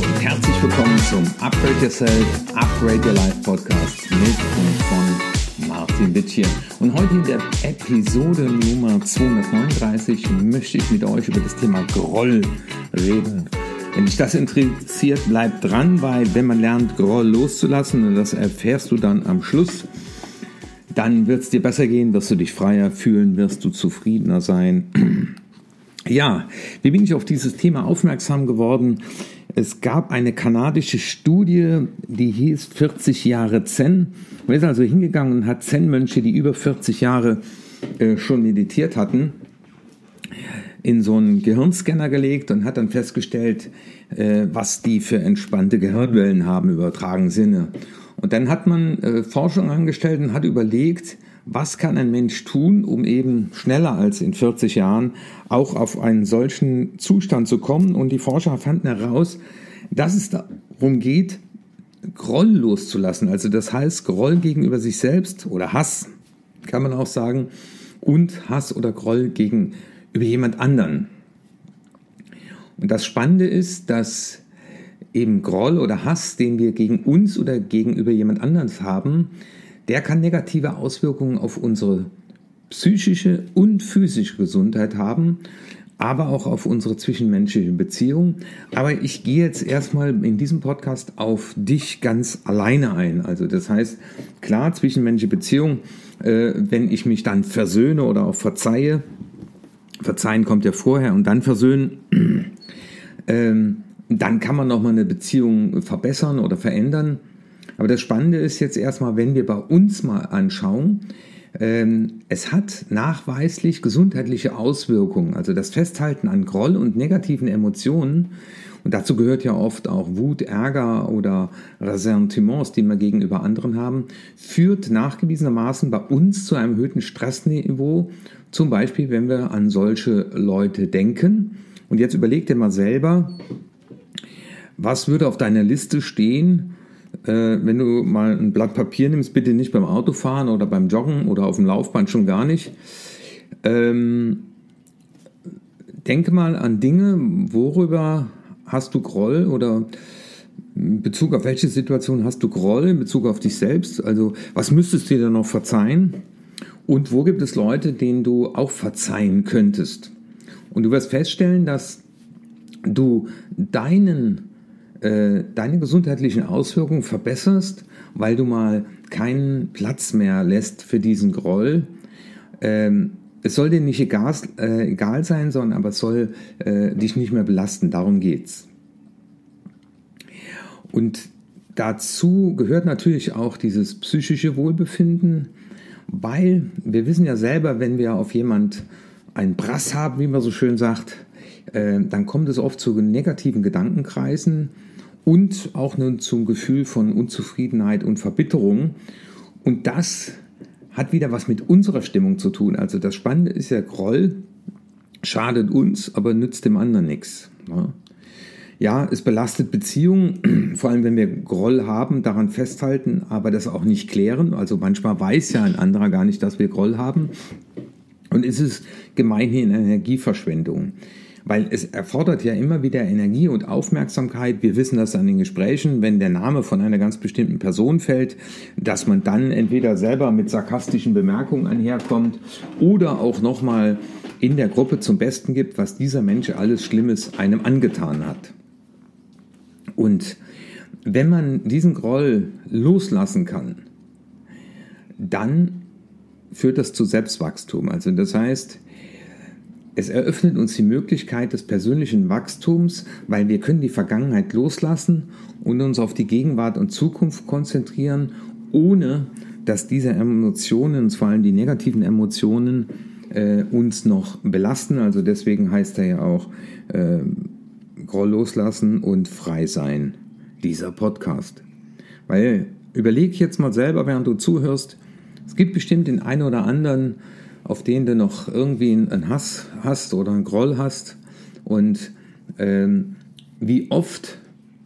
und herzlich willkommen zum Upgrade Yourself, Upgrade Your Life Podcast mit und von Martin Witt hier. Und heute in der Episode Nummer 239 möchte ich mit euch über das Thema Groll reden. Wenn dich das interessiert, bleib dran, weil wenn man lernt, Groll loszulassen, und das erfährst du dann am Schluss, dann wird es dir besser gehen, wirst du dich freier fühlen, wirst du zufriedener sein. Ja, wie bin ich auf dieses Thema aufmerksam geworden? Es gab eine kanadische Studie, die hieß 40 Jahre Zen. Man ist also hingegangen und hat Zen-Mönche, die über 40 Jahre schon meditiert hatten, in so einen Gehirnscanner gelegt und hat dann festgestellt, was die für entspannte Gehirnwellen haben im übertragenen Sinne. Und dann hat man Forschung angestellt und hat überlegt, was kann ein Mensch tun, um eben schneller als in 40 Jahren auch auf einen solchen Zustand zu kommen. Und die Forscher fanden heraus, dass es darum geht, Groll loszulassen. Also das heißt, Groll gegenüber sich selbst oder Hass, kann man auch sagen, und Hass oder Groll gegenüber jemand anderen. Und das Spannende ist, dass eben Groll oder Hass, den wir gegen uns oder gegenüber jemand anderes haben, der kann negative Auswirkungen auf unsere psychische und physische Gesundheit haben, aber auch auf unsere zwischenmenschlichen Beziehungen. Aber ich gehe jetzt erstmal in diesem Podcast auf dich ganz alleine ein. Also das heißt, klar, zwischenmenschliche Beziehungen, wenn ich mich dann versöhne oder auch verzeihe, verzeihen kommt ja vorher und dann versöhnen, dann kann man nochmal eine Beziehung verbessern oder verändern. Aber das Spannende ist jetzt erstmal, wenn wir bei uns mal anschauen, es hat nachweislich gesundheitliche Auswirkungen. Also das Festhalten an Groll und negativen Emotionen, und dazu gehört ja oft auch Wut, Ärger oder Ressentiments, die wir gegenüber anderen haben, führt nachgewiesenermaßen bei uns zu einem erhöhten Stressniveau, zum Beispiel wenn wir an solche Leute denken. Und jetzt überleg dir mal selber, was würde auf deiner Liste stehen, wenn du mal ein Blatt Papier nimmst, bitte nicht beim Autofahren oder beim Joggen oder auf dem Laufband, schon gar nicht. Denke mal an Dinge, worüber hast du Groll oder in Bezug auf welche Situation hast du Groll in Bezug auf dich selbst? Also was müsstest du dir da noch verzeihen? Und wo gibt es Leute, denen du auch verzeihen könntest? Und du wirst feststellen, dass du deine gesundheitlichen Auswirkungen verbesserst, weil du mal keinen Platz mehr lässt für diesen Groll. Es soll dir nicht egal sein, sondern aber es soll dich nicht mehr belasten. Darum geht's. Und dazu gehört natürlich auch dieses psychische Wohlbefinden, weil wir wissen ja selber, wenn wir auf jemand einen Brass haben, wie man so schön sagt, dann kommt es oft zu negativen Gedankenkreisen und auch zum Gefühl von Unzufriedenheit und Verbitterung. Und das hat wieder was mit unserer Stimmung zu tun. Also das Spannende ist ja, Groll schadet uns, aber nützt dem anderen nichts. Ja, es belastet Beziehungen, vor allem wenn wir Groll haben, daran festhalten, aber das auch nicht klären. Also manchmal weiß ja ein anderer gar nicht, dass wir Groll haben. Und es ist gemeinhin Energieverschwendung. Weil es erfordert ja immer wieder Energie und Aufmerksamkeit. Wir wissen das an den Gesprächen, wenn der Name von einer ganz bestimmten Person fällt, dass man dann entweder selber mit sarkastischen Bemerkungen einherkommt oder auch nochmal in der Gruppe zum Besten gibt, was dieser Mensch alles Schlimmes einem angetan hat. Und wenn man diesen Groll loslassen kann, dann führt das zu Selbstwachstum. Also das heißt, es eröffnet uns die Möglichkeit des persönlichen Wachstums, weil wir können die Vergangenheit loslassen und uns auf die Gegenwart und Zukunft konzentrieren, ohne dass diese Emotionen, vor allem die negativen Emotionen, uns noch belasten. Also deswegen heißt er ja auch Groll loslassen und frei sein, dieser Podcast. Weil überleg jetzt mal selber, während du zuhörst, es gibt bestimmt den einen oder anderen, auf den du noch irgendwie einen Hass hast oder einen Groll hast. Und wie oft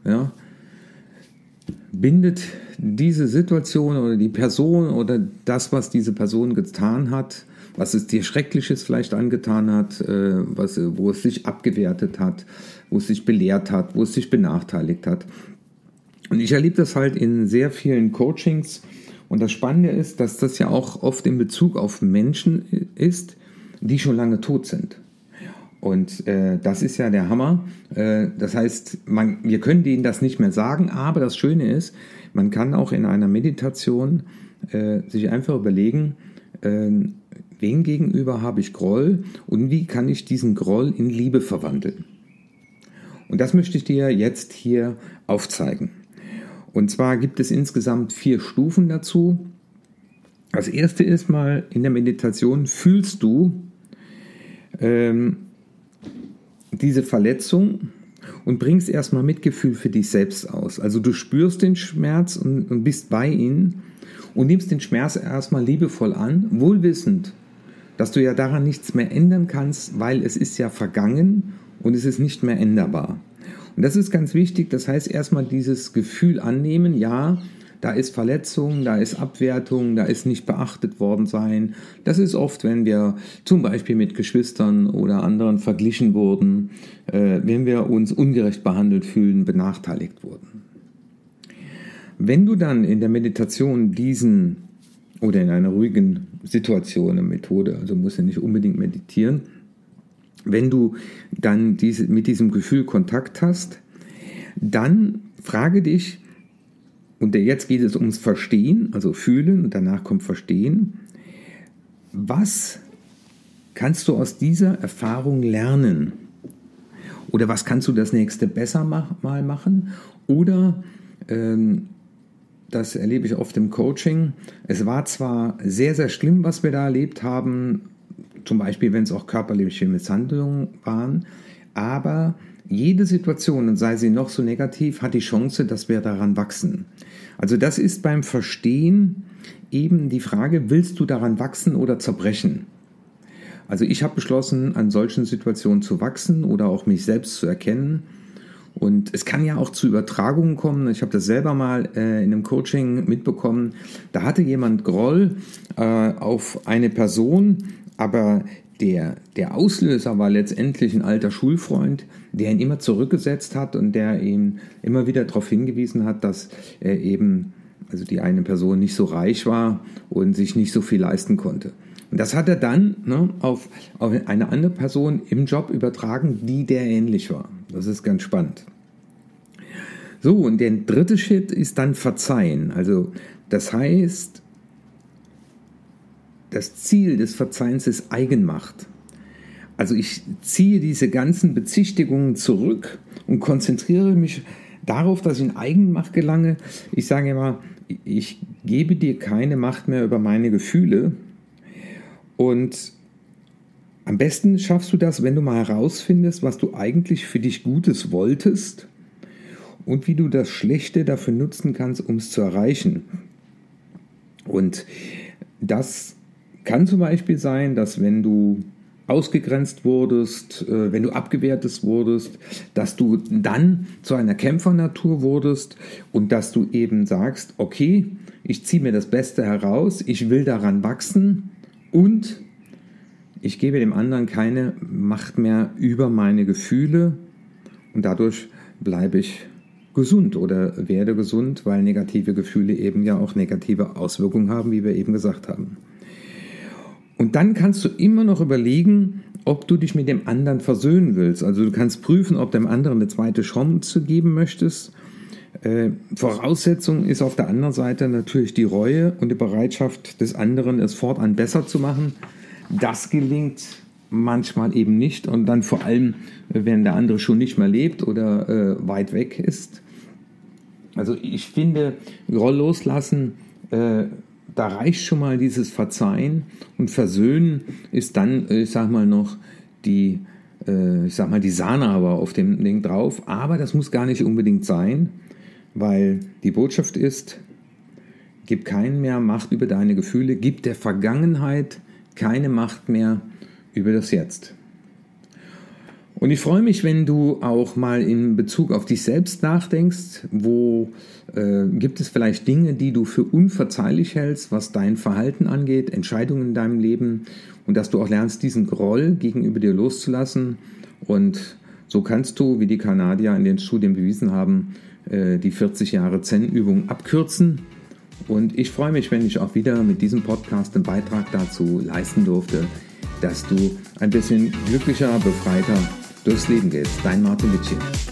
bindet diese Situation oder die Person oder das, was diese Person getan hat was es dir Schreckliches vielleicht angetan hat, wo es dich abgewertet hat, wo es dich belehrt hat, wo es dich benachteiligt hat. Und ich erlebe das halt in sehr vielen Coachings. Und das Spannende ist, dass das ja auch oft in Bezug auf Menschen ist, die schon lange tot sind. Und das ist ja der Hammer. Das heißt, wir können denen das nicht mehr sagen, aber das Schöne ist, man kann auch in einer Meditation sich einfach überlegen, wem gegenüber habe ich Groll und wie kann ich diesen Groll in Liebe verwandeln. Und das möchte ich dir jetzt hier aufzeigen. Und zwar gibt es insgesamt 4 Stufen dazu. Das erste ist mal, in der Meditation fühlst du diese Verletzung und bringst erstmal Mitgefühl für dich selbst aus. Also du spürst den Schmerz und bist bei ihm und nimmst den Schmerz erstmal liebevoll an, wohlwissend, dass du ja daran nichts mehr ändern kannst, weil es ist ja vergangen und es ist nicht mehr änderbar. Und das ist ganz wichtig, das heißt erstmal dieses Gefühl annehmen, ja, da ist Verletzung, da ist Abwertung, da ist nicht beachtet worden sein. Das ist oft, wenn wir zum Beispiel mit Geschwistern oder anderen verglichen wurden, wenn wir uns ungerecht behandelt fühlen, benachteiligt wurden. Wenn du dann in der Meditation oder in einer ruhigen Situation, eine Methode, also musst du nicht unbedingt meditieren, wenn du dann mit diesem Gefühl Kontakt hast, dann frage dich, und jetzt geht es ums Verstehen, also Fühlen, und danach kommt Verstehen, was kannst du aus dieser Erfahrung lernen? Oder was kannst du das nächste besser mal machen? Oder, das erlebe ich oft im Coaching, es war zwar sehr, sehr schlimm, was wir da erlebt haben, zum Beispiel, wenn es auch körperliche Misshandlungen waren, aber jede Situation, und sei sie noch so negativ, hat die Chance, dass wir daran wachsen. Also das ist beim Verstehen eben die Frage, willst du daran wachsen oder zerbrechen? Also ich habe beschlossen, an solchen Situationen zu wachsen oder auch mich selbst zu erkennen. Und es kann ja auch zu Übertragungen kommen. Ich habe das selber mal in einem Coaching mitbekommen. Da hatte jemand Groll auf eine Person, aber der Auslöser war letztendlich ein alter Schulfreund, der ihn immer zurückgesetzt hat und der ihn immer wieder darauf hingewiesen hat, dass er eben, also die eine Person nicht so reich war und sich nicht so viel leisten konnte. Und das hat er dann auf eine andere Person im Job übertragen, die der ähnlich war. Das ist ganz spannend. So, und der dritte Schritt ist dann Verzeihen. Also das heißt, das Ziel des Verzeihens ist Eigenmacht. Also ich ziehe diese ganzen Bezichtigungen zurück und konzentriere mich darauf, dass ich in Eigenmacht gelange. Ich sage immer, ich gebe dir keine Macht mehr über meine Gefühle. Und am besten schaffst du das, wenn du mal herausfindest, was du eigentlich für dich Gutes wolltest und wie du das Schlechte dafür nutzen kannst, um es zu erreichen. Und das kann zum Beispiel sein, dass wenn du ausgegrenzt wurdest, wenn du abgewertet wurdest, dass du dann zu einer Kämpfernatur wurdest und dass du eben sagst, okay, ich ziehe mir das Beste heraus, ich will daran wachsen und ich gebe dem anderen keine Macht mehr über meine Gefühle und dadurch bleibe ich gesund oder werde gesund, weil negative Gefühle eben ja auch negative Auswirkungen haben, wie wir eben gesagt haben. Und dann kannst du immer noch überlegen, ob du dich mit dem anderen versöhnen willst. Also du kannst prüfen, ob dem anderen eine zweite Chance geben möchtest. Voraussetzung ist auf der anderen Seite natürlich die Reue und die Bereitschaft des anderen, es fortan besser zu machen. Das gelingt manchmal eben nicht und dann vor allem, wenn der andere schon nicht mehr lebt oder weit weg ist. Also ich finde, Groll loslassen, da reicht schon mal dieses Verzeihen und Versöhnen ist dann, ich sag mal noch, die Sahne aber auf dem Ding drauf. Aber das muss gar nicht unbedingt sein, weil die Botschaft ist, gib keinen mehr Macht über deine Gefühle, gib der Vergangenheit keine Macht mehr über das Jetzt. Und ich freue mich, wenn du auch mal in Bezug auf dich selbst nachdenkst, wo gibt es vielleicht Dinge, die du für unverzeihlich hältst, was dein Verhalten angeht, Entscheidungen in deinem Leben, und dass du auch lernst, diesen Groll gegenüber dir loszulassen. Und so kannst du, wie die Kanadier in den Studien bewiesen haben, die 40 Jahre Zen-Übung abkürzen. Und ich freue mich, wenn ich auch wieder mit diesem Podcast einen Beitrag dazu leisten durfte, dass du ein bisschen glücklicher, befreiter durchs Leben gehst. Dein Martin Litschin.